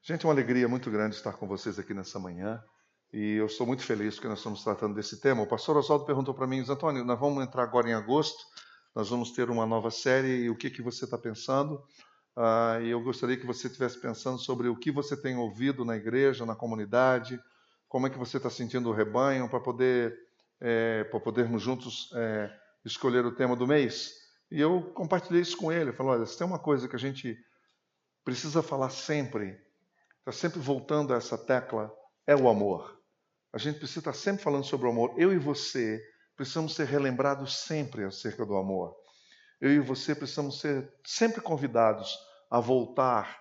Gente, é uma alegria muito grande estar com vocês aqui nessa manhã. E eu estou muito feliz porque nós estamos tratando desse tema. O pastor Oswaldo perguntou para mim, Antônio, nós vamos entrar agora em agosto, nós vamos ter uma nova série, e o que você está pensando? E eu gostaria que você estivesse pensando sobre o que você tem ouvido na igreja, na comunidade, como é que você está sentindo o rebanho, para podermos juntos escolher o tema do mês. E eu compartilhei isso com ele, falei, olha, se tem uma coisa que a gente precisa falar sempre, está sempre voltando a essa tecla, é o amor. A gente precisa estar sempre falando sobre o amor. Eu e você precisamos ser relembrados sempre acerca do amor. Eu e você precisamos ser sempre convidados a voltar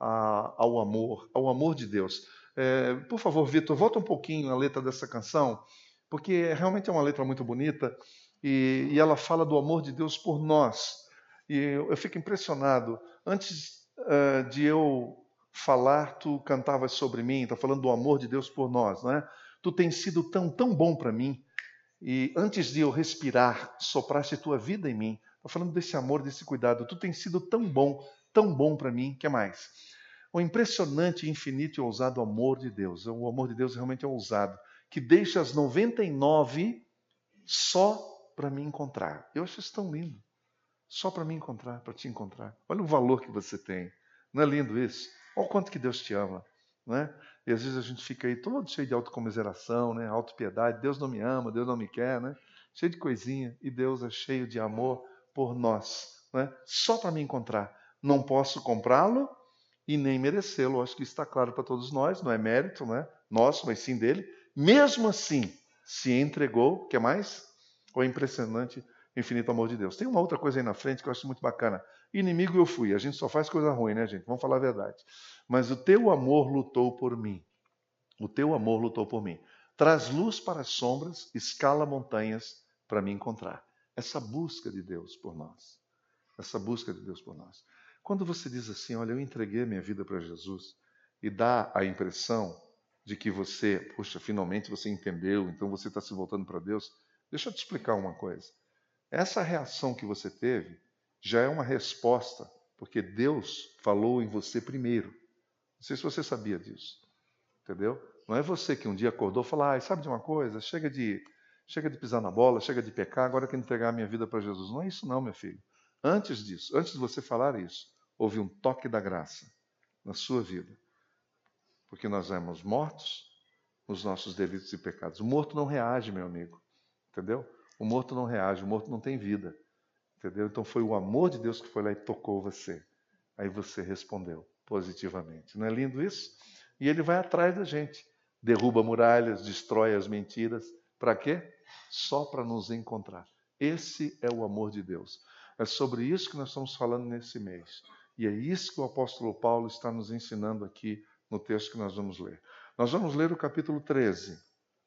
ao amor de Deus. Por favor, Vitor, volta um pouquinho a letra dessa canção, porque realmente é uma letra muito bonita e ela fala do amor de Deus por nós. E eu fico impressionado. Antes de eu falar, tu cantavas sobre mim, está falando do amor de Deus por nós, não é? Tu tens sido tão bom para mim, e antes de eu respirar, sopraste tua vida em mim. Está falando desse amor, desse cuidado. Tu tens sido tão bom para mim. O que mais? O impressionante, infinito e ousado amor de Deus. O amor de Deus realmente é ousado, que deixa as 99 só para me encontrar. Eu acho isso tão lindo. Só para me encontrar, para te encontrar. Olha o valor que você tem. Não é lindo isso? Olha o quanto que Deus te ama, não é? E às vezes a gente fica aí todo cheio de autocomiseração, né? Autopiedade. Deus não me ama, Deus não me quer, né? Cheio de coisinha. E Deus é cheio de amor por nós, né? Só para me encontrar. Não posso comprá-lo e nem merecê-lo. Acho que isso está claro para todos nós. Não é mérito, né? Nosso, mas sim dele. Mesmo assim, se entregou. O que mais? O impressionante, infinito amor de Deus. Tem uma outra coisa aí na frente que eu acho muito bacana. Inimigo eu fui. A gente só faz coisa ruim, né, gente? Vamos falar a verdade. Mas o teu amor lutou por mim. O teu amor lutou por mim. Traz luz para as sombras, escala montanhas para me encontrar. Essa busca de Deus por nós. Essa busca de Deus por nós. Quando você diz assim, olha, eu entreguei minha vida para Jesus, e dá a impressão de que você, puxa, finalmente você entendeu, então você está se voltando para Deus. Deixa eu te explicar uma coisa. Essa reação que você teve já é uma resposta, porque Deus falou em você primeiro. Não sei se você sabia disso, entendeu? Não é você que um dia acordou e falou, sabe de uma coisa? Chega de pisar na bola, chega de pecar, agora eu quero entregar a minha vida para Jesus. Não é isso não, meu filho. Antes disso, antes de você falar isso, houve um toque da graça na sua vida. Porque nós éramos mortos nos nossos delitos e pecados. O morto não reage, meu amigo, entendeu? O morto não reage, o morto não tem vida. Entendeu? Então foi o amor de Deus que foi lá e tocou você. Aí você respondeu positivamente. Não é lindo isso? E ele vai atrás da gente. Derruba muralhas, destrói as mentiras. Para quê? Só para nos encontrar. Esse é o amor de Deus. É sobre isso que nós estamos falando nesse mês. E é isso que o apóstolo Paulo está nos ensinando aqui no texto que nós vamos ler. Nós vamos ler o capítulo 13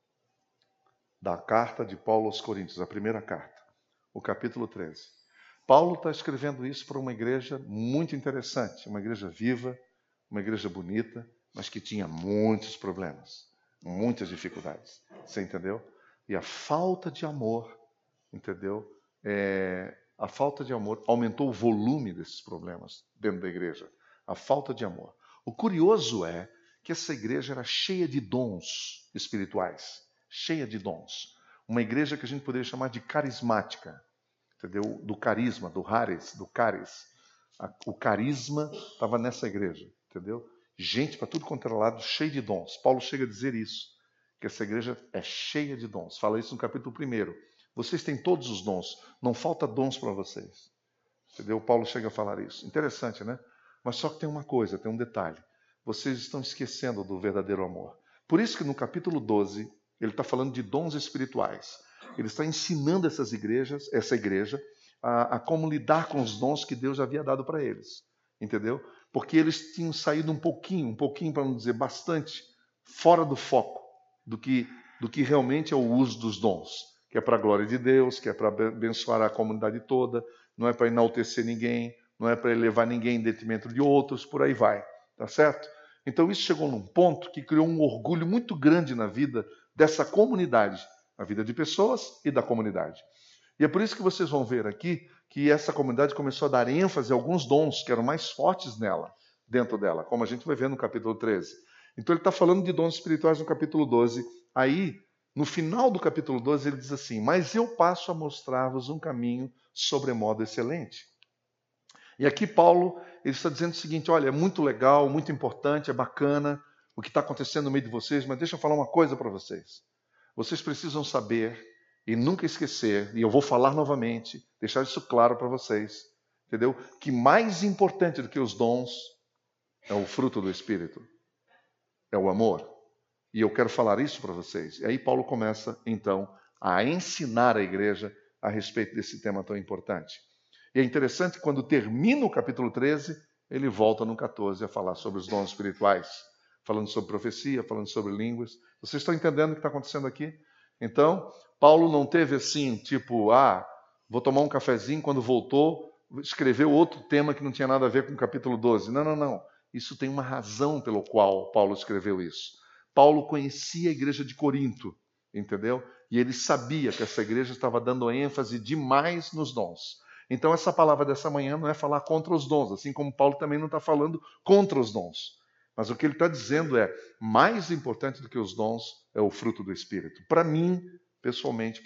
da carta de Paulo aos Coríntios, a primeira carta. O capítulo 13. Paulo está escrevendo isso para uma igreja muito interessante, uma igreja viva, uma igreja bonita, mas que tinha muitos problemas, muitas dificuldades. Você entendeu? E a falta de amor, entendeu? A falta de amor aumentou o volume desses problemas dentro da igreja. A falta de amor. O curioso é que essa igreja era cheia de dons espirituais, cheia de dons. Uma igreja que a gente poderia chamar de carismática. Entendeu? Do carisma, do haris, do caris. O carisma estava nessa igreja, entendeu? Gente para tudo quanto era lado, cheio de dons. Paulo chega a dizer isso, que essa igreja é cheia de dons. Fala isso no capítulo 1. Vocês têm todos os dons, não falta dons para vocês. Entendeu? Paulo chega a falar isso. Interessante, né? Mas só que tem uma coisa, tem um detalhe. Vocês estão esquecendo do verdadeiro amor. Por isso que no capítulo 12, ele está falando de dons espirituais. Ele está ensinando essa igreja, a como lidar com os dons que Deus havia dado para eles. Entendeu? Porque eles tinham saído um pouquinho para não dizer bastante, fora do foco do que realmente é o uso dos dons. Que é para a glória de Deus, que é para abençoar a comunidade toda, não é para enaltecer ninguém, não é para elevar ninguém em detrimento de outros, por aí vai. Tá certo? Então isso chegou num ponto que criou um orgulho muito grande na vida dessa comunidade. A vida de pessoas e da comunidade. E é por isso que vocês vão ver aqui que essa comunidade começou a dar ênfase a alguns dons que eram mais fortes nela. dentro dela, como a gente vai ver no capítulo 13. Então ele está falando de dons espirituais no capítulo 12. Aí, no final do capítulo 12, ele diz assim: mas eu passo a mostrar-vos um caminho sobremodo excelente. E aqui Paulo ele está dizendo o seguinte: olha, é muito legal, muito importante, é bacana o que está acontecendo no meio de vocês, mas deixa eu falar uma coisa para vocês. Vocês precisam saber e nunca esquecer, e eu vou falar novamente, deixar isso claro para vocês, entendeu? Que mais importante do que os dons é o fruto do Espírito, é o amor. E eu quero falar isso para vocês. E aí Paulo começa, então, a ensinar a igreja a respeito desse tema tão importante. E é interessante que quando termina o capítulo 13, ele volta no 14 a falar sobre os dons espirituais, falando sobre profecia, falando sobre línguas. Vocês estão entendendo o que está acontecendo aqui? Então, Paulo não teve assim, tipo, vou tomar um cafezinho, quando voltou, escreveu outro tema que não tinha nada a ver com o capítulo 12. Não, não, não. Isso tem uma razão pelo qual Paulo escreveu isso. Paulo conhecia a igreja de Corinto, entendeu? E ele sabia que essa igreja estava dando ênfase demais nos dons. Então, essa palavra dessa manhã não é falar contra os dons, assim como Paulo também não está falando contra os dons. Mas o que ele está dizendo é, mais importante do que os dons é o fruto do Espírito. Para mim, pessoalmente,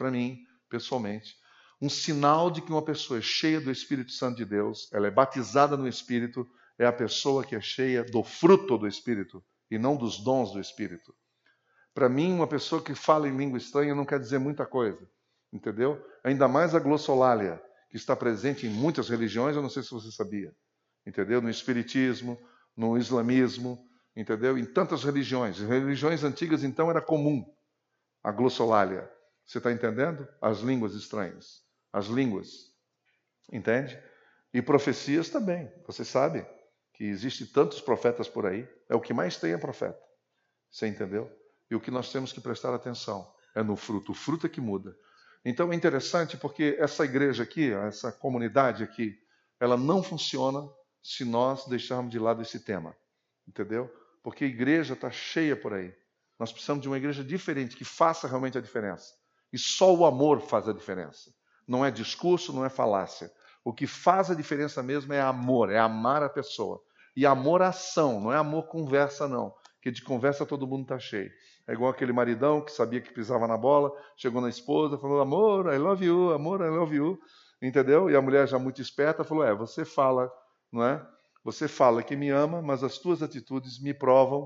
um sinal de que uma pessoa é cheia do Espírito Santo de Deus, ela é batizada no Espírito, é a pessoa que é cheia do fruto do Espírito e não dos dons do Espírito. Para mim, uma pessoa que fala em língua estranha não quer dizer muita coisa, entendeu? Ainda mais a glossolalia, que está presente em muitas religiões, eu não sei se você sabia, entendeu? No espiritismo, no islamismo, entendeu? Em tantas religiões. Em religiões antigas, então, era comum a glossolalia. Você está entendendo? As línguas estranhas. As línguas. Entende? E profecias também. Você sabe que existem tantos profetas por aí. É o que mais tem é profeta. Você entendeu? E o que nós temos que prestar atenção é no fruto. O fruto é que muda. Então é interessante porque essa igreja aqui, essa comunidade aqui, ela não funciona se nós deixarmos de lado esse tema, entendeu? Porque a igreja está cheia por aí. Nós precisamos de uma igreja diferente, que faça realmente a diferença. E só o amor faz a diferença. Não é discurso, não é falácia. O que faz a diferença mesmo é amor, é amar a pessoa. E amor ação, não é amor conversa não. Porque de conversa todo mundo está cheio. É igual aquele maridão que sabia que pisava na bola, chegou na esposa, falou, amor, I love you, entendeu? E a mulher já muito esperta falou, você fala, não é? Você fala que me ama, mas as tuas atitudes me provam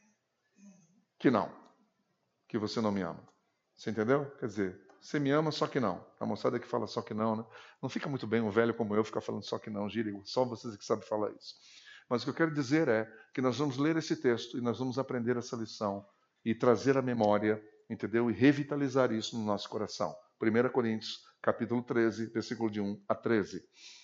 que não, que você não me ama. Você entendeu? Quer dizer, você me ama, só que não. A moçada que fala só que não, né? Não fica muito bem um velho como eu ficar falando só que não, gíria, só vocês que sabem falar isso. Mas o que eu quero dizer é que nós vamos ler esse texto e nós vamos aprender essa lição e trazer a memória, entendeu? E revitalizar isso no nosso coração. 1 Coríntios, capítulo 13, versículo de 1 a 13.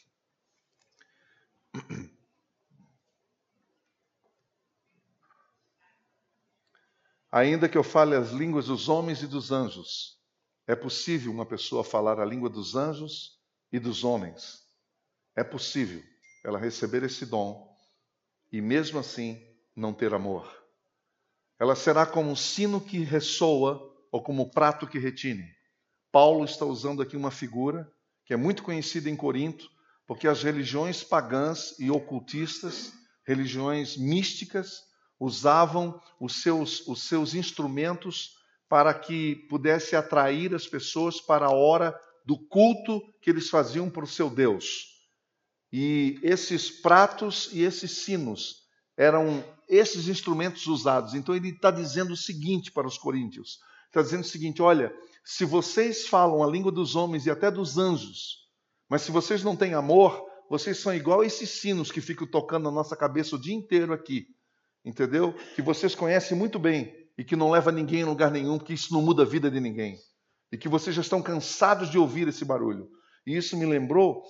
Ainda que eu fale as línguas dos homens e dos anjos, é possível uma pessoa falar a língua dos anjos e dos homens. É possível ela receber esse dom e mesmo assim não ter amor. Ela será como um sino que ressoa ou como um prato que retine. Paulo está usando aqui uma figura que é muito conhecida em Corinto, porque as religiões pagãs e ocultistas, religiões místicas, usavam os seus instrumentos para que pudesse atrair as pessoas para a hora do culto que eles faziam para o seu Deus. E esses pratos e esses sinos eram esses instrumentos usados. Então ele está dizendo o seguinte para os coríntios. Está dizendo o seguinte, olha, se vocês falam a língua dos homens e até dos anjos, mas se vocês não têm amor, vocês são igual a esses sinos que ficam tocando na nossa cabeça o dia inteiro aqui. Entendeu? Que vocês conhecem muito bem e que não leva ninguém a lugar nenhum, porque isso não muda a vida de ninguém. E que vocês já estão cansados de ouvir esse barulho. E isso me lembrou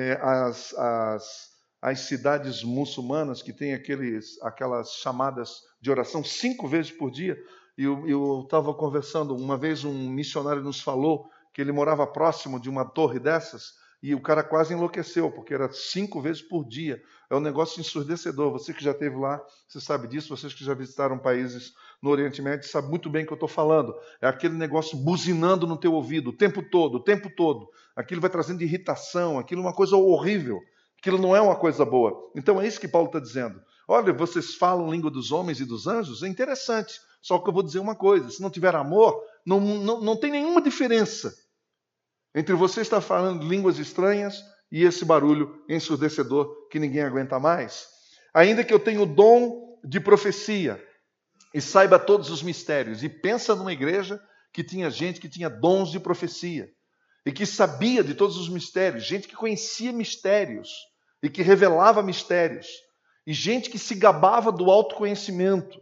as cidades muçulmanas que têm aquelas chamadas de oração 5 vezes por dia. E eu estava conversando, uma vez um missionário nos falou que ele morava próximo de uma torre dessas e o cara quase enlouqueceu, porque era 5 vezes por dia. É um negócio ensurdecedor. Você que já esteve lá, você sabe disso. Vocês que já visitaram países no Oriente Médio sabem muito bem o que eu estou falando. É aquele negócio buzinando no teu ouvido o tempo todo, o tempo todo. Aquilo vai trazendo irritação, aquilo é uma coisa horrível. Aquilo não é uma coisa boa. Então é isso que Paulo está dizendo. Olha, vocês falam língua dos homens e dos anjos? É interessante. Só que eu vou dizer uma coisa, se não tiver amor, não tem nenhuma diferença entre você estar falando línguas estranhas e esse barulho ensurdecedor que ninguém aguenta mais. Ainda que eu tenha o dom de profecia e saiba todos os mistérios, e pensa numa igreja que tinha gente que tinha dons de profecia e que sabia de todos os mistérios, gente que conhecia mistérios e que revelava mistérios, e gente que se gabava do autoconhecimento,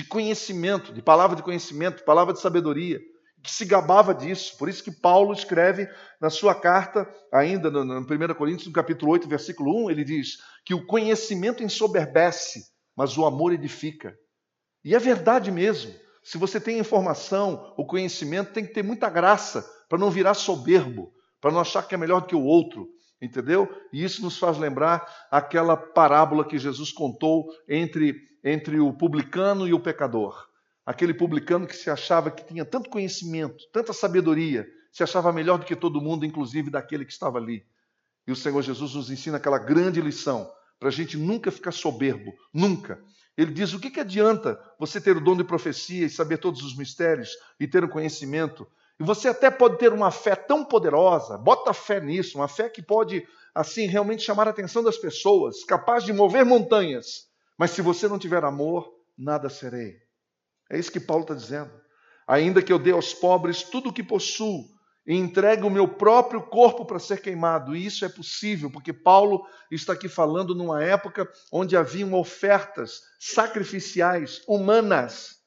de palavra de conhecimento, palavra de sabedoria, que se gabava disso. Por isso que Paulo escreve na sua carta, ainda no 1 Coríntios, no capítulo 8, versículo 1, ele diz que o conhecimento ensoberbece, mas o amor edifica. E é verdade mesmo. Se você tem informação, o conhecimento tem que ter muita graça para não virar soberbo, para não achar que é melhor do que o outro, entendeu? E isso nos faz lembrar aquela parábola que Jesus contou entre o publicano e o pecador. Aquele publicano que se achava que tinha tanto conhecimento, tanta sabedoria, se achava melhor do que todo mundo, inclusive daquele que estava ali. E o Senhor Jesus nos ensina aquela grande lição, para a gente nunca ficar soberbo, nunca. Ele diz, o que adianta você ter o dom de profecia e saber todos os mistérios e ter o conhecimento? E você até pode ter uma fé tão poderosa, bota fé nisso, uma fé que pode, assim, realmente chamar a atenção das pessoas, capaz de mover montanhas. Mas se você não tiver amor, nada serei. É isso que Paulo está dizendo. Ainda que eu dê aos pobres tudo o que possuo e entregue o meu próprio corpo para ser queimado. E isso é possível, porque Paulo está aqui falando numa época onde haviam ofertas sacrificiais humanas.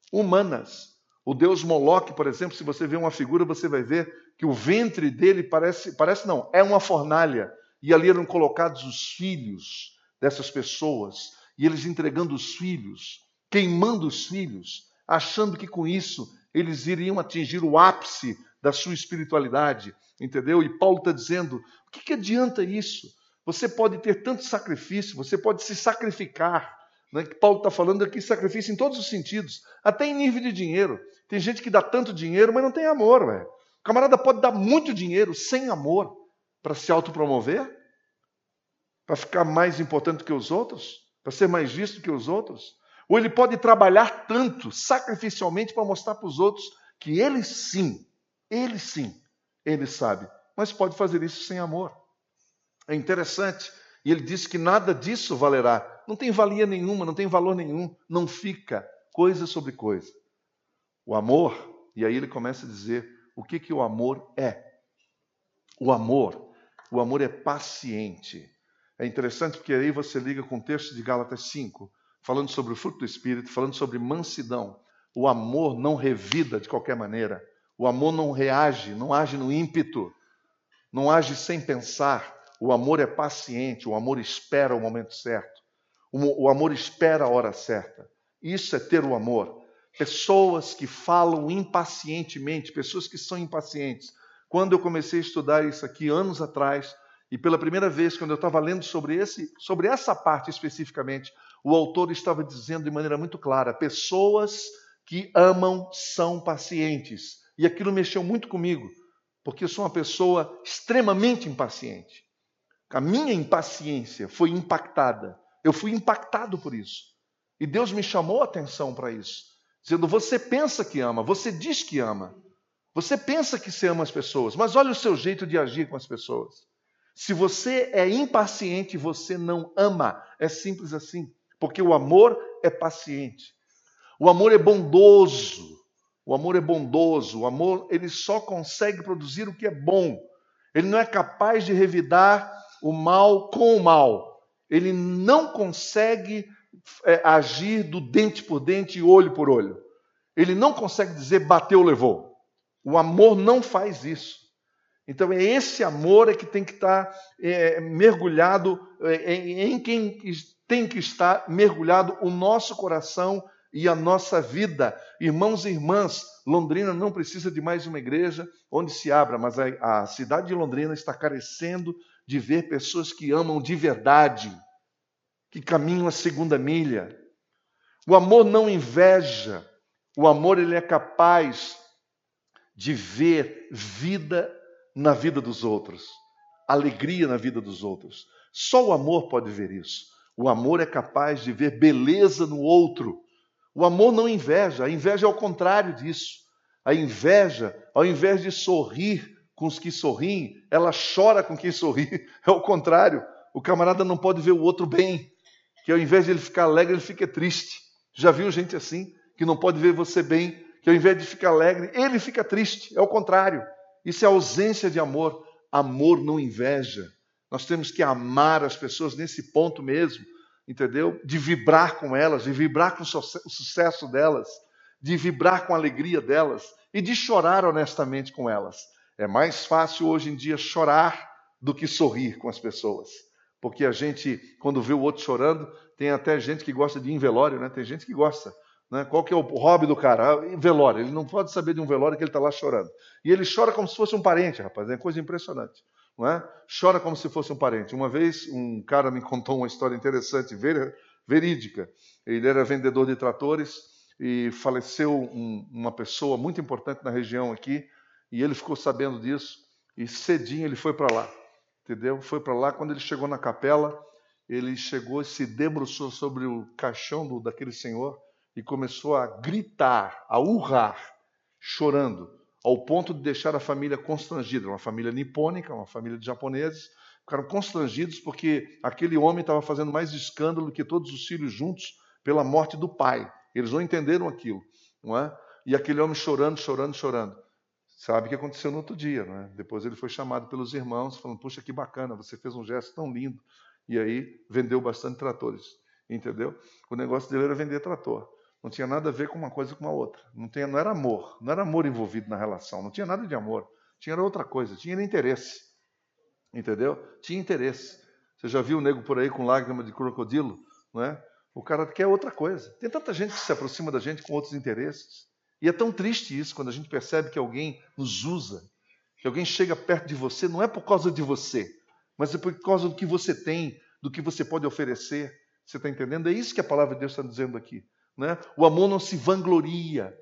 O deus Moloque, por exemplo, se você vê uma figura, você vai ver que o ventre dele é uma fornalha. E ali eram colocados os filhos dessas pessoas. E eles entregando os filhos, queimando os filhos, achando que com isso eles iriam atingir o ápice da sua espiritualidade, entendeu? E Paulo está dizendo, o que adianta isso? Você pode ter tanto sacrifício, você pode se sacrificar, né? Que Paulo está falando aqui, sacrifício em todos os sentidos, até em nível de dinheiro. Tem gente que dá tanto dinheiro, mas não tem amor, velho. O camarada pode dar muito dinheiro sem amor para se autopromover, para ficar mais importante que os outros, para ser mais visto que os outros. Ou ele pode trabalhar tanto, sacrificialmente, para mostrar para os outros que ele sim, ele sabe, mas pode fazer isso sem amor. É interessante. E ele diz que nada disso valerá. Não tem valia nenhuma, não tem valor nenhum. Não fica coisa sobre coisa. O amor, e aí ele começa a dizer o que o amor é. O amor é paciente. É interessante porque aí você liga com o texto de Gálatas 5, falando sobre o fruto do Espírito, falando sobre mansidão. O amor não revida de qualquer maneira. O amor não reage, não age no ímpeto, não age sem pensar. O amor é paciente, o amor espera o momento certo. O amor espera a hora certa. Isso é ter o amor. Pessoas que falam impacientemente, pessoas que são impacientes. Quando eu comecei a estudar isso aqui anos atrás, e pela primeira vez, quando eu estava lendo sobre essa parte especificamente, o autor estava dizendo de maneira muito clara, pessoas que amam são pacientes. E aquilo mexeu muito comigo, porque eu sou uma pessoa extremamente impaciente. A minha impaciência foi impactada. Eu fui impactado por isso. E Deus me chamou a atenção para isso. Dizendo, você pensa que ama, você diz que ama. Você pensa que você ama as pessoas, mas olha o seu jeito de agir com as pessoas. Se você é impaciente, você não ama. É simples assim. Porque o amor é paciente. O amor é bondoso. O amor é bondoso. O amor, ele só consegue produzir o que é bom. Ele não é capaz de revidar o mal com o mal. Ele não consegue agir do dente por dente e olho por olho. Ele não consegue dizer bateu, levou. O amor não faz isso. Então é esse amor que tem que estar mergulhado, em quem tem que estar mergulhado o nosso coração e a nossa vida. Irmãos e irmãs, Londrina não precisa de mais uma igreja onde se abra, mas a cidade de Londrina está carecendo de ver pessoas que amam de verdade, que caminham a segunda milha. O amor não inveja. O amor, ele é capaz de ver vida na vida dos outros, alegria na vida dos outros. Só o amor pode ver isso. O amor é capaz de ver beleza no outro. O amor não inveja, a inveja é o contrário disso. A inveja, ao invés de sorrir com os que sorriem, ela chora com quem sorri. É o contrário. O camarada não pode ver o outro bem, que ao invés de ele ficar alegre, ele fica triste. Já viu gente assim, que não pode ver você bem, que ao invés de ficar alegre, ele fica triste. É o contrário. Isso é ausência de amor. Amor não inveja. Nós temos que amar as pessoas nesse ponto mesmo, entendeu? De vibrar com elas, de vibrar com o sucesso delas, de vibrar com a alegria delas e de chorar honestamente com elas. É mais fácil hoje em dia chorar do que sorrir com as pessoas. Porque a gente, quando vê o outro chorando, tem até gente que gosta de ir em velório, né? Tem gente que gosta. Né? Qual que é o hobby do cara? Velório. Ele não pode saber de um velório que ele está lá chorando. E ele chora como se fosse um parente, rapaz. É coisa impressionante. Não é? Chora como se fosse um parente. Uma vez, um cara me contou uma história interessante, verídica. Ele era vendedor de tratores e faleceu uma pessoa muito importante na região aqui, e ele ficou sabendo disso, e cedinho ele foi para lá. Entendeu? Foi para lá, quando ele chegou na capela, ele chegou e se debruçou sobre o caixão daquele senhor e começou a gritar, a urrar, chorando, ao ponto de deixar a família constrangida. Uma família nipônica, uma família de japoneses, ficaram constrangidos porque aquele homem estava fazendo mais escândalo que todos os filhos juntos pela morte do pai. Eles não entenderam aquilo, não é? E aquele homem chorando, chorando, chorando. Sabe o que aconteceu no outro dia, não é? Depois ele foi chamado pelos irmãos, falando, puxa, que bacana, você fez um gesto tão lindo. E aí vendeu bastante tratores, entendeu? O negócio dele era vender trator. Não tinha nada a ver com uma coisa com a outra. Não era amor envolvido na relação, não tinha nada de amor. Tinha outra coisa, tinha interesse, entendeu? Tinha interesse. Você já viu o nego por aí com lágrima de crocodilo, não é? O cara quer outra coisa. Tem tanta gente que se aproxima da gente com outros interesses. E é tão triste isso, quando a gente percebe que alguém nos usa, que alguém chega perto de você, não é por causa de você, mas é por causa do que você tem, do que você pode oferecer. Você está entendendo? É isso que a palavra de Deus está dizendo aqui. Né? O amor não se vangloria,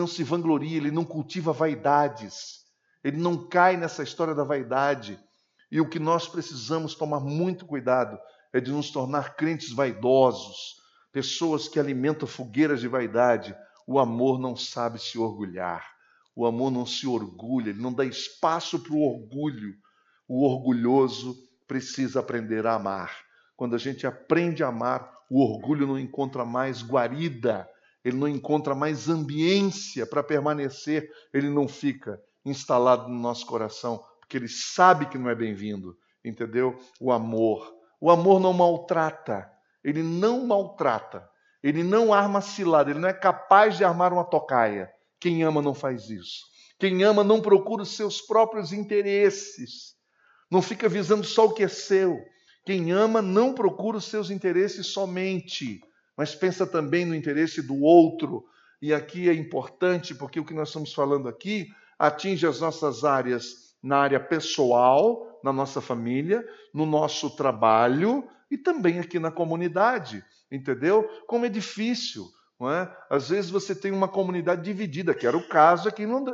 ele não cultiva vaidades, ele não cai nessa história da vaidade. E o que nós precisamos tomar muito cuidado é de nos tornar crentes vaidosos, pessoas que alimentam fogueiras de vaidade. O amor não sabe se orgulhar, o amor não se orgulha, ele não dá espaço para o orgulho. O orgulhoso precisa aprender a amar. Quando a gente aprende a amar, o orgulho não encontra mais guarida, ele não encontra mais ambiência para permanecer, ele não fica instalado no nosso coração, porque ele sabe que não é bem-vindo, entendeu? O amor não maltrata, ele não maltrata, ele não arma cilada, ele não é capaz de armar uma tocaia. Quem ama não faz isso. Quem ama não procura os seus próprios interesses, não fica visando só o que é seu. Quem ama não procura os seus interesses somente, mas pensa também no interesse do outro. E aqui é importante, porque o que nós estamos falando aqui atinge as nossas áreas na área pessoal, na nossa família, no nosso trabalho e também aqui na comunidade, entendeu? Como é difícil, não é? Às vezes você tem uma comunidade dividida, que era o caso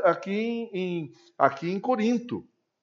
aqui em Corinto.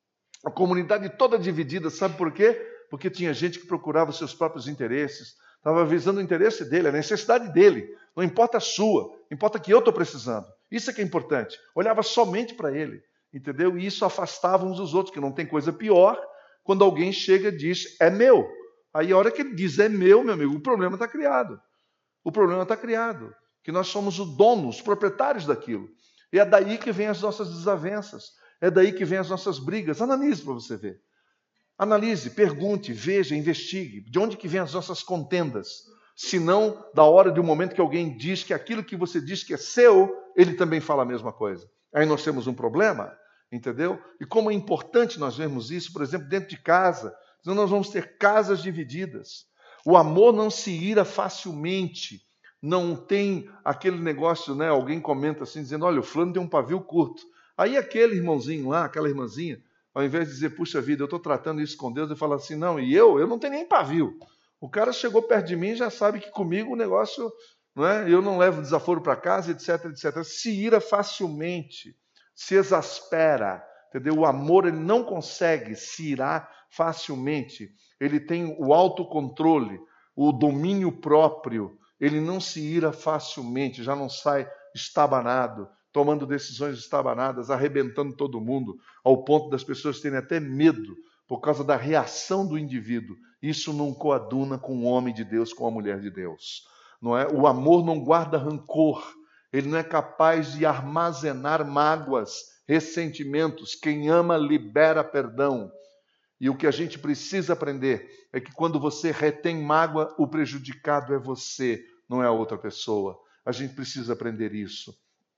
A comunidade toda dividida, sabe por quê? Porque tinha gente que procurava os seus próprios interesses, estava visando o interesse dele, a necessidade dele. Não importa a sua, importa que eu estou precisando. Isso é que é importante. Olhava somente para ele, entendeu? E isso afastava uns dos outros, que não tem coisa pior quando alguém chega e diz, é meu. Aí a hora que ele diz, é meu amigo, o problema está criado. O problema está criado, que nós somos o dono, os proprietários daquilo. E é daí que vem as nossas desavenças, é daí que vem as nossas brigas. Analise para você ver. Analise, pergunte, veja, investigue. De onde que vem as nossas contendas? Se não da hora de um momento que alguém diz que aquilo que você diz que é seu, ele também fala a mesma coisa. Aí nós temos um problema, entendeu? E como é importante nós vermos isso, por exemplo, dentro de casa, senão nós vamos ter casas divididas. O amor não se ira facilmente, não tem aquele negócio, né? Alguém comenta assim, dizendo, olha, o fulano tem um pavio curto. Aí aquele irmãozinho lá, aquela irmãzinha, ao invés de dizer, puxa vida, eu estou tratando isso com Deus, eu falo assim, não, e eu não tenho nem pavio. O cara chegou perto de mim e já sabe que comigo o negócio, não é? Eu não levo desaforo para casa, etc, etc. Se ira facilmente, se exaspera, entendeu? O amor ele não consegue se irar facilmente, ele tem o autocontrole, o domínio próprio, ele não se ira facilmente, já não sai estabanado, tomando decisões estabanadas, arrebentando todo mundo, ao ponto das pessoas terem até medo por causa da reação do indivíduo. Isso não coaduna com o homem de Deus, com a mulher de Deus. Não é? O amor não guarda rancor, ele não é capaz de armazenar mágoas, ressentimentos. Quem ama libera perdão. E o que a gente precisa aprender é que quando você retém mágoa, o prejudicado é você, não é a outra pessoa. A gente precisa aprender isso.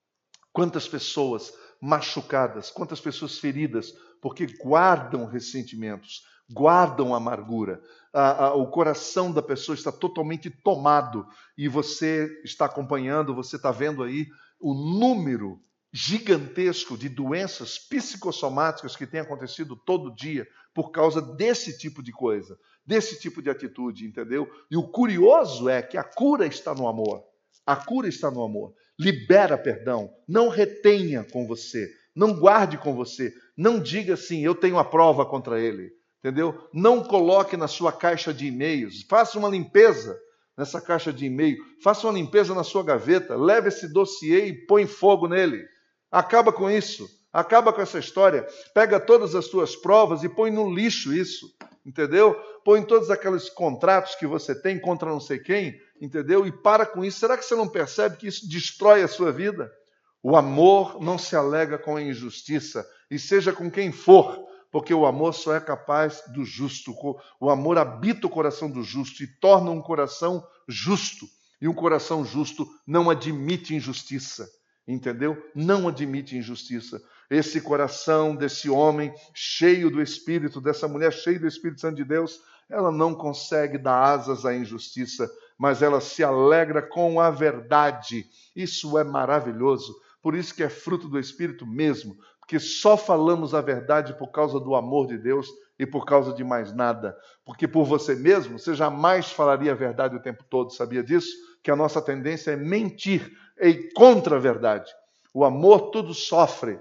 Quantas pessoas machucadas, quantas pessoas feridas, porque guardam ressentimentos, guardam amargura. O coração da pessoa está totalmente tomado e você está acompanhando, você está vendo aí o número gigantesco de doenças psicossomáticas que tem acontecido todo dia por causa desse tipo de coisa, desse tipo de atitude, entendeu? E o curioso é que a cura está no amor. A cura está no amor. Libera perdão. Não retenha com você. Não guarde com você. Não diga assim, eu tenho a prova contra ele. Entendeu? Não coloque na sua caixa de e-mails. Faça uma limpeza nessa caixa de e-mail. Faça uma limpeza na sua gaveta. Leve esse dossiê e põe fogo nele. Acaba com isso. Acaba com essa história. Pega todas as suas provas e põe no lixo isso. Entendeu? Põe todos aqueles contratos que você tem contra não sei quem. Entendeu? E para com isso. Será que você não percebe que isso destrói a sua vida? O amor não se alega com a injustiça. E seja com quem for. Porque o amor só é capaz do justo. O amor habita o coração do justo e torna um coração justo. E um coração justo não admite injustiça. Entendeu? Não admite injustiça. Esse coração desse homem cheio do Espírito, dessa mulher cheia do Espírito Santo de Deus, ela não consegue dar asas à injustiça, mas ela se alegra com a verdade. Isso é maravilhoso. Por isso que é fruto do Espírito mesmo, porque só falamos a verdade por causa do amor de Deus e por causa de mais nada. Porque por você mesmo, você jamais falaria a verdade o tempo todo, sabia disso? Que a nossa tendência é mentir, é ir contra a verdade. O amor tudo sofre,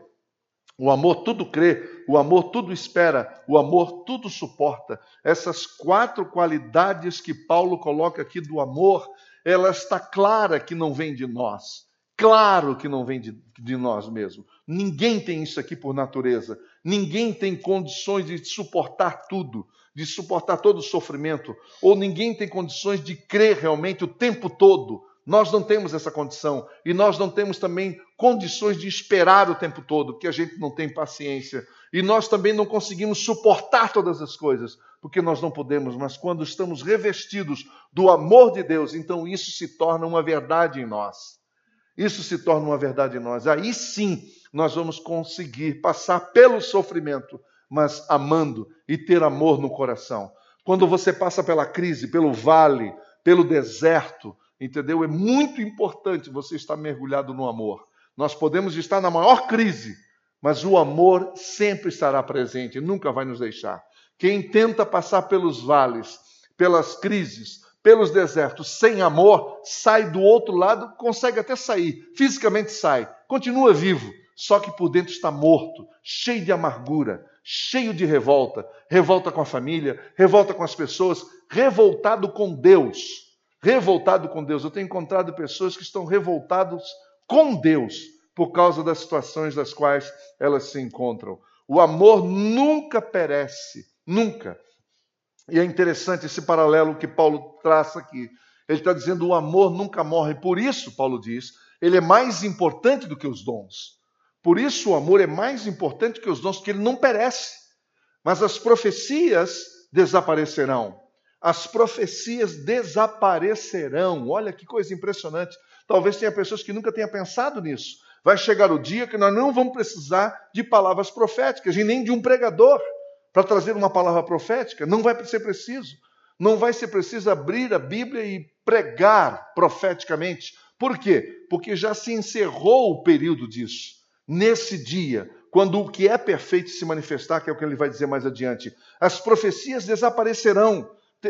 o amor tudo crê, o amor tudo espera, o amor tudo suporta. Essas 4 qualidades que Paulo coloca aqui do amor, ela está clara que não vem de nós. Claro que não vem de nós mesmos. Ninguém tem isso aqui por natureza. Ninguém tem condições de suportar tudo, de suportar todo o sofrimento. Ou ninguém tem condições de crer realmente o tempo todo. Nós não temos essa condição. E nós não temos também condições de esperar o tempo todo, porque a gente não tem paciência. E nós também não conseguimos suportar todas as coisas, porque nós não podemos. Mas quando estamos revestidos do amor de Deus, então isso se torna uma verdade em nós. Isso se torna uma verdade em nós. Aí sim nós vamos conseguir passar pelo sofrimento, mas amando e ter amor no coração. Quando você passa pela crise, pelo vale, pelo deserto, entendeu? É muito importante você estar mergulhado no amor. Nós podemos estar na maior crise, mas o amor sempre estará presente, nunca vai nos deixar. Quem tenta passar pelos vales, pelas crises, pelos desertos, sem amor, sai do outro lado, consegue até sair, fisicamente sai, continua vivo, só que por dentro está morto, cheio de amargura, cheio de revolta, revolta com a família, revolta com as pessoas, revoltado com Deus. Revoltado com Deus. Eu tenho encontrado pessoas que estão revoltadas com Deus por causa das situações das quais elas se encontram. O amor nunca perece, nunca. E é interessante esse paralelo que Paulo traça aqui. Ele está dizendo que o amor nunca morre. Por isso, Paulo diz, ele é mais importante do que os dons. Por isso o amor é mais importante que os dons, porque ele não perece. Mas as profecias desaparecerão. As profecias desaparecerão. Olha que coisa impressionante. Talvez tenha pessoas que nunca tenham pensado nisso. Vai chegar o dia que nós não vamos precisar de palavras proféticas e nem de um pregador para trazer uma palavra profética. Não vai ser preciso. Não vai ser preciso abrir a Bíblia e pregar profeticamente. Por quê? Porque já se encerrou o período disso. Nesse dia, quando o que é perfeito se manifestar, que é o que ele vai dizer mais adiante, as profecias desaparecerão.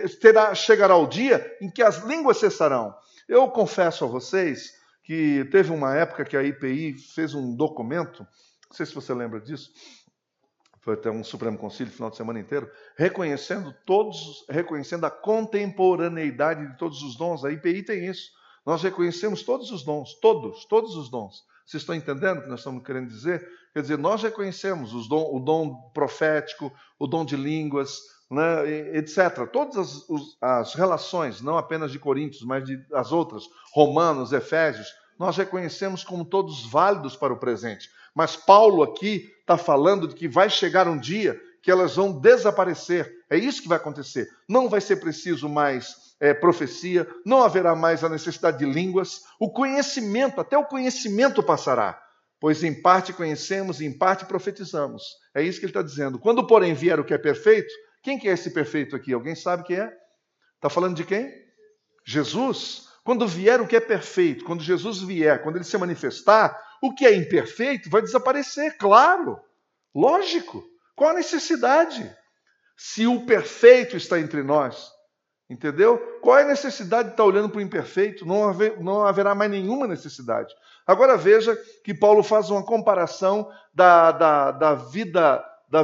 Chegará o dia em que as línguas cessarão. Eu confesso a vocês que teve uma época que a IPI fez um documento, não sei se você lembra disso, foi até um Supremo Concílio, final de semana inteiro, reconhecendo a contemporaneidade de todos os dons. A IPI tem isso. Nós reconhecemos todos os dons, todos os dons. Vocês estão entendendo o que nós estamos querendo dizer? Quer dizer, nós reconhecemos o dom profético, o dom de línguas, né, etc. Todas as relações, não apenas de Coríntios, mas as outras, Romanos, Efésios, nós reconhecemos como todos válidos para o presente. Mas Paulo aqui está falando de que vai chegar um dia que elas vão desaparecer. É isso que vai acontecer. Não vai ser preciso mais profecia, não haverá mais a necessidade de línguas. O conhecimento, até o conhecimento passará. Pois em parte conhecemos e em parte profetizamos. É isso que ele está dizendo. Quando, porém, vier o que é perfeito, quem que é esse perfeito aqui? Alguém sabe quem é? Está falando de quem? Jesus. Quando vier o que é perfeito, quando Jesus vier, quando ele se manifestar, o que é imperfeito vai desaparecer, claro. Lógico. Qual a necessidade? Se o perfeito está entre nós, entendeu? Qual é a necessidade de estar olhando para o imperfeito? Não haverá mais nenhuma necessidade. Agora veja que Paulo faz uma comparação da vida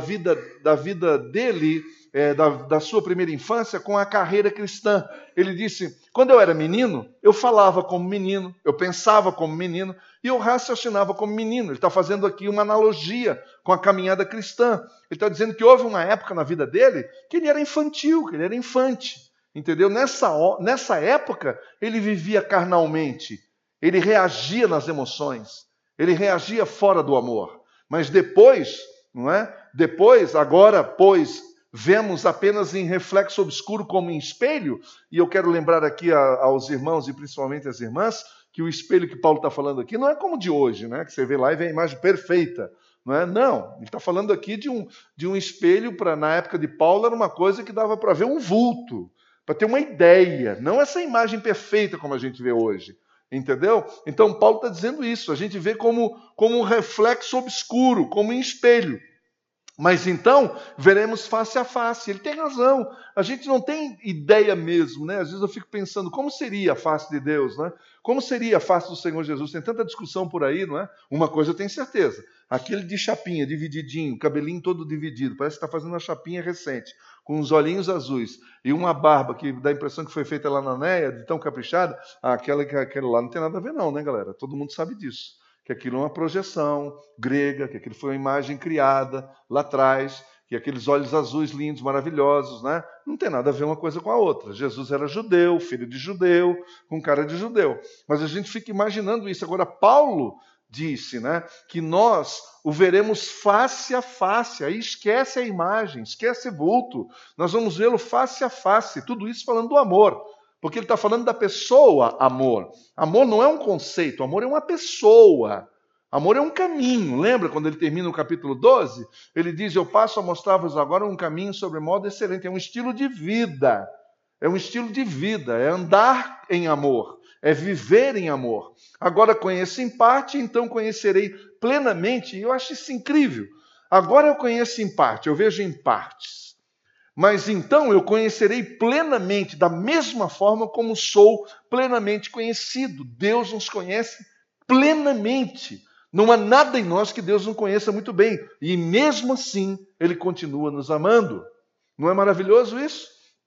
dele, da sua primeira infância, com a carreira cristã. Ele disse, quando eu era menino, eu falava como menino, eu pensava como menino, e eu raciocinava como menino. Ele está fazendo aqui uma analogia com a caminhada cristã. Ele está dizendo que houve uma época na vida dele que ele era infantil, que ele era infante. Entendeu? Nessa época, ele vivia carnalmente. Ele reagia nas emoções. Ele reagia fora do amor. Mas depois, não é? Depois, agora, pois, vemos apenas em reflexo obscuro como em espelho. E eu quero lembrar aqui aos irmãos e principalmente às irmãs que o espelho que Paulo está falando aqui não é como o de hoje, né? Que você vê lá e vê a imagem perfeita. Não é? Não, ele está falando aqui de um espelho, na época de Paulo, era uma coisa que dava para ver um vulto, para ter uma ideia, não essa imagem perfeita como a gente vê hoje. Entendeu? Então Paulo está dizendo isso, a gente vê como um reflexo obscuro, como em espelho. Mas então, veremos face a face. Ele tem razão. A gente não tem ideia mesmo, né? Às vezes eu fico pensando, como seria a face de Deus, né? Como seria a face do Senhor Jesus? Tem tanta discussão por aí, não é? Uma coisa eu tenho certeza. Aquele de chapinha, divididinho, cabelinho todo dividido, parece que está fazendo uma chapinha recente, com uns olhinhos azuis e uma barba que dá a impressão que foi feita lá na Neia, de tão caprichada, aquela lá não tem nada a ver não, né, galera? Todo mundo sabe disso. Que aquilo é uma projeção grega, que aquilo foi uma imagem criada lá atrás, que aqueles olhos azuis lindos, maravilhosos, né? Não tem nada a ver uma coisa com a outra. Jesus era judeu, filho de judeu, com cara de judeu. Mas a gente fica imaginando isso. Agora, Paulo disse, né, que nós o veremos face a face. Aí esquece a imagem, esquece vulto. Nós vamos vê-lo face a face. Tudo isso falando do amor. Porque ele está falando da pessoa amor. Amor não é um conceito, amor é uma pessoa. Amor é um caminho. Lembra quando ele termina o capítulo 12? Ele diz, eu passo a mostrar-vos agora um caminho sobre modo excelente. É um estilo de vida. É um estilo de vida. É andar em amor. É viver em amor. Agora conheço em parte, então conhecerei plenamente. E eu acho isso incrível. Agora eu conheço em parte, eu vejo em partes. Mas então eu conhecerei plenamente, da mesma forma como sou plenamente conhecido. Deus nos conhece plenamente. Não há nada em nós que Deus não conheça muito bem. E mesmo assim, Ele continua nos amando. Não é maravilhoso isso?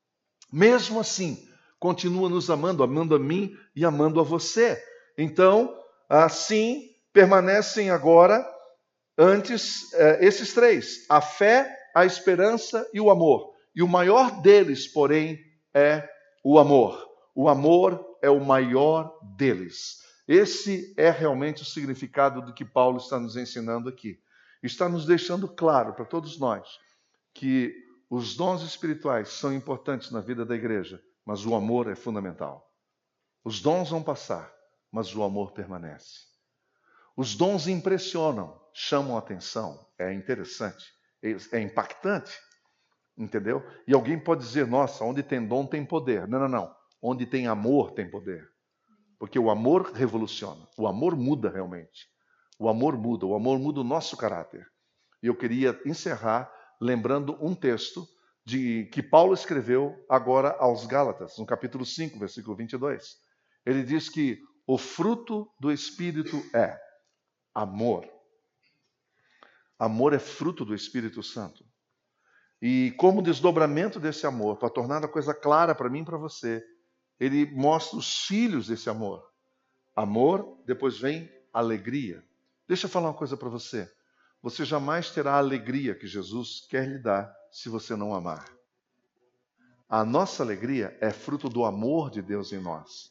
Mesmo assim, continua nos amando, amando a mim e amando a você. Então, assim, permanecem agora, antes, esses três. A fé, a esperança e o amor. E o maior deles, porém, é o amor. O amor é o maior deles. Esse é realmente o significado do que Paulo está nos ensinando aqui. Está nos deixando claro para todos nós que os dons espirituais são importantes na vida da igreja, mas o amor é fundamental. Os dons vão passar, mas o amor permanece. Os dons impressionam, chamam a atenção, é interessante, é impactante. Entendeu? E alguém pode dizer, nossa, onde tem dom tem poder. Não, não, não. Onde tem amor tem poder. Porque o amor revoluciona. O amor muda realmente. O amor muda o nosso caráter. E eu queria encerrar lembrando um texto que Paulo escreveu agora aos Gálatas, no capítulo 5, versículo 22. Ele diz que o fruto do Espírito é amor, Amor é fruto do Espírito Santo. E como desdobramento desse amor, para tornar a coisa clara para mim e para você, ele mostra os filhos desse amor. Amor, depois vem alegria. Deixa eu falar uma coisa para você. Você jamais terá a alegria que Jesus quer lhe dar se você não amar. A nossa alegria é fruto do amor de Deus em nós.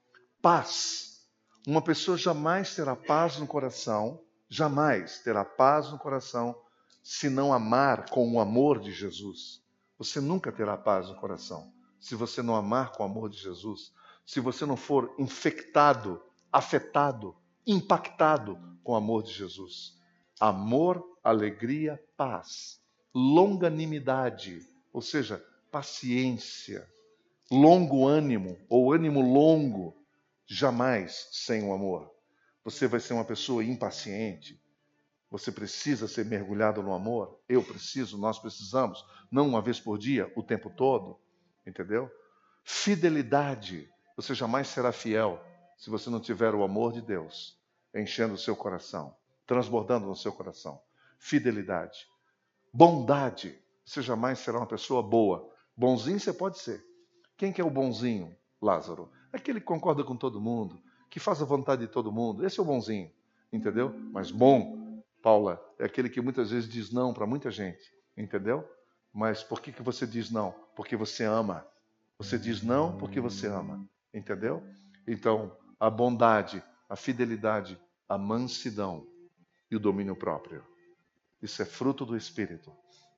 Paz. Uma pessoa jamais terá paz no coração, jamais terá paz no coração se não amar com o amor de Jesus. Você nunca terá paz no coração se você não amar com o amor de Jesus. Se você não for infectado, afetado, impactado com o amor de Jesus. Amor, alegria, paz, longanimidade, ou seja, paciência, longo ânimo ou ânimo longo, jamais sem o amor. Você vai ser uma pessoa impaciente. Você precisa ser mergulhado no amor. Eu preciso, nós precisamos. Não uma vez por dia, o tempo todo. Entendeu? Fidelidade. Você jamais será fiel se você não tiver o amor de Deus enchendo o seu coração, transbordando no seu coração. Fidelidade. Bondade. Você jamais será uma pessoa boa. Bonzinho você pode ser. Quem que é o bonzinho, Lázaro? Aquele que concorda com todo mundo, que faz a vontade de todo mundo. Esse é o bonzinho. Entendeu? Mas bom, Paula, é aquele que muitas vezes diz não para muita gente, entendeu? Mas por que você diz não? Porque você ama. Você diz não porque você ama, entendeu? Então, a bondade, a fidelidade, a mansidão e o domínio próprio. Isso é fruto do Espírito.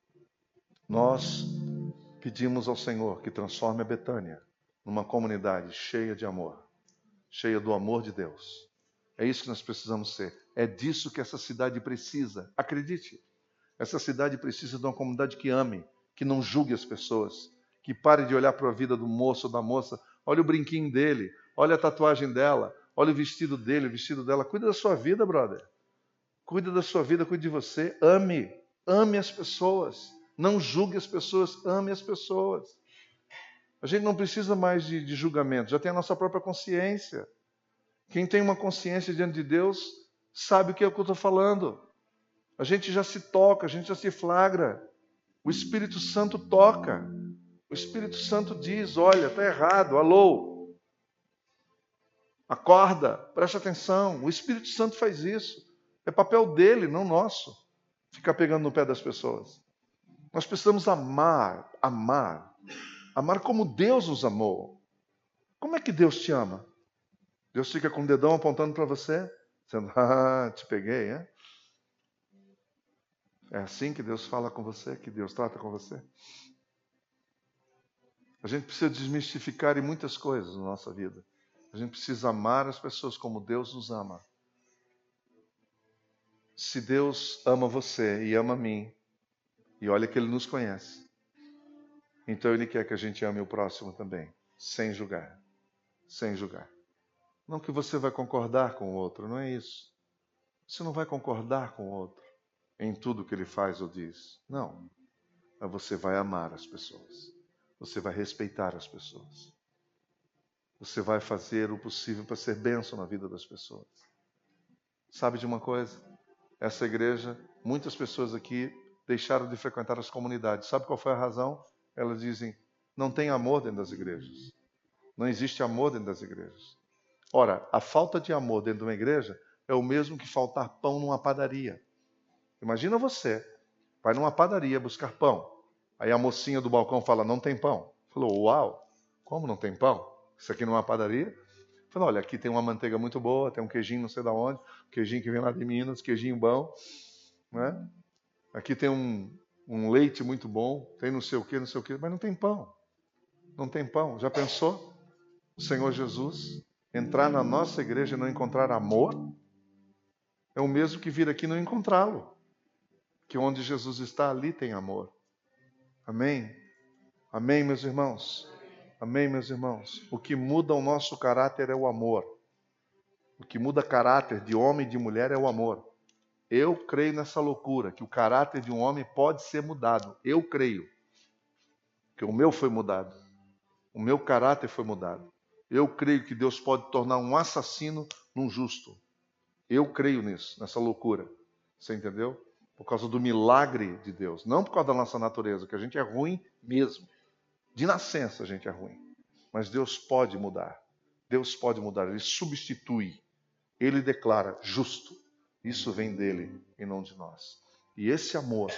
Nós pedimos ao Senhor que transforme a Betânia numa comunidade cheia de amor, cheia do amor de Deus. É isso que nós precisamos ser. É disso que essa cidade precisa. Acredite. Essa cidade precisa de uma comunidade que ame, que não julgue as pessoas, que pare de olhar para a vida do moço ou da moça. Olha o brinquinho dele, olha a tatuagem dela, olha o vestido dele, o vestido dela. Cuida da sua vida, brother. Cuida da sua vida, cuide de você. Ame. Ame as pessoas. Não julgue as pessoas, ame as pessoas. A gente não precisa mais de julgamento, já tem a nossa própria consciência. Quem tem uma consciência diante de Deus sabe o que é o que eu estou falando. A gente já se toca, a gente já se flagra. O Espírito Santo toca. O Espírito Santo diz, olha, está errado, alô. Acorda, presta atenção. O Espírito Santo faz isso. É papel dele, não nosso. Ficar pegando no pé das pessoas. Nós precisamos amar, amar. Amar como Deus nos amou. Como é que Deus te ama? Deus fica com o dedão apontando para você, dizendo, te peguei, hein? É assim que Deus fala com você, que Deus trata com você? A gente precisa desmistificar em muitas coisas na nossa vida. A gente precisa amar as pessoas como Deus nos ama. Se Deus ama você e ama a mim, e olha que Ele nos conhece, então Ele quer que a gente ame o próximo também, sem julgar. Sem julgar. Não que você vai concordar com o outro, não é isso. Você não vai concordar com o outro em tudo que ele faz ou diz. Não. Mas você vai amar as pessoas. Você vai respeitar as pessoas. Você vai fazer o possível para ser bênção na vida das pessoas. Sabe de uma coisa? Essa igreja, muitas pessoas aqui deixaram de frequentar as comunidades. Sabe qual foi a razão? Elas dizem, não tem amor dentro das igrejas. Não existe amor dentro das igrejas. Ora, a falta de amor dentro de uma igreja é o mesmo que faltar pão numa padaria. Imagina você, vai numa padaria buscar pão. Aí a mocinha do balcão fala, não tem pão. Falou, uau, como não tem pão? Isso aqui não é uma padaria? Falou, olha, aqui tem uma manteiga muito boa, tem um queijinho não sei de onde, queijinho que vem lá de Minas, queijinho bom. Né? Aqui tem um leite muito bom, tem não sei o que, mas não tem pão. Não tem pão. Já pensou? O Senhor Jesus entrar na nossa igreja e não encontrar amor, é o mesmo que vir aqui e não encontrá-lo. Que onde Jesus está, ali tem amor. Amém? Amém, meus irmãos? Amém, meus irmãos? O que muda o nosso caráter é o amor. O que muda caráter de homem e de mulher é o amor. Eu creio nessa loucura, que o caráter de um homem pode ser mudado. Eu creio. Que o meu foi mudado. O meu caráter foi mudado. Eu creio que Deus pode tornar um assassino num justo. Eu creio nisso, nessa loucura. Você entendeu? por causa do milagre de Deus, não por causa da nossa natureza, que a gente é ruim mesmo. De nascença a gente é ruim. Mas Deus pode mudar. Deus pode mudar. Ele substitui. Ele declara justo. Isso vem dele e não de nós. E esse amor,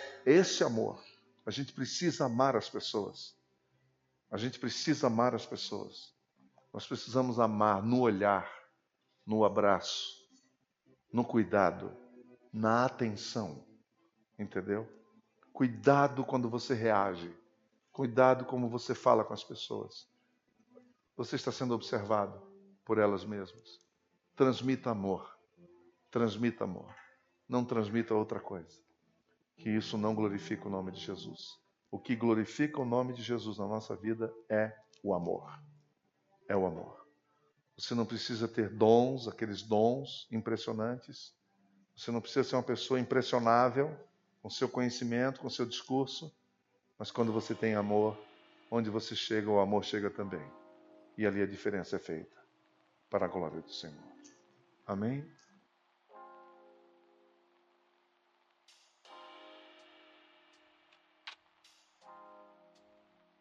a gente precisa amar as pessoas. A gente precisa amar as pessoas. Nós precisamos amar no olhar, no abraço, no cuidado, na atenção. Entendeu? Cuidado quando você reage. Cuidado como você fala com as pessoas. Você está sendo observado por elas mesmas. Transmita amor. Transmita amor. Não transmita outra coisa. Que isso não glorifica o nome de Jesus. O que glorifica o nome de Jesus na nossa vida é o amor. É o amor. Você não precisa ter dons, aqueles dons impressionantes. Você não precisa ser uma pessoa impressionável com seu conhecimento, com seu discurso. Mas quando você tem amor, onde você chega, o amor chega também. E ali a diferença é feita para a glória do Senhor. Amém?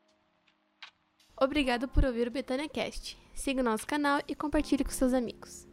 Obrigado por ouvir o Betânia Cast. Siga o nosso canal e compartilhe com seus amigos.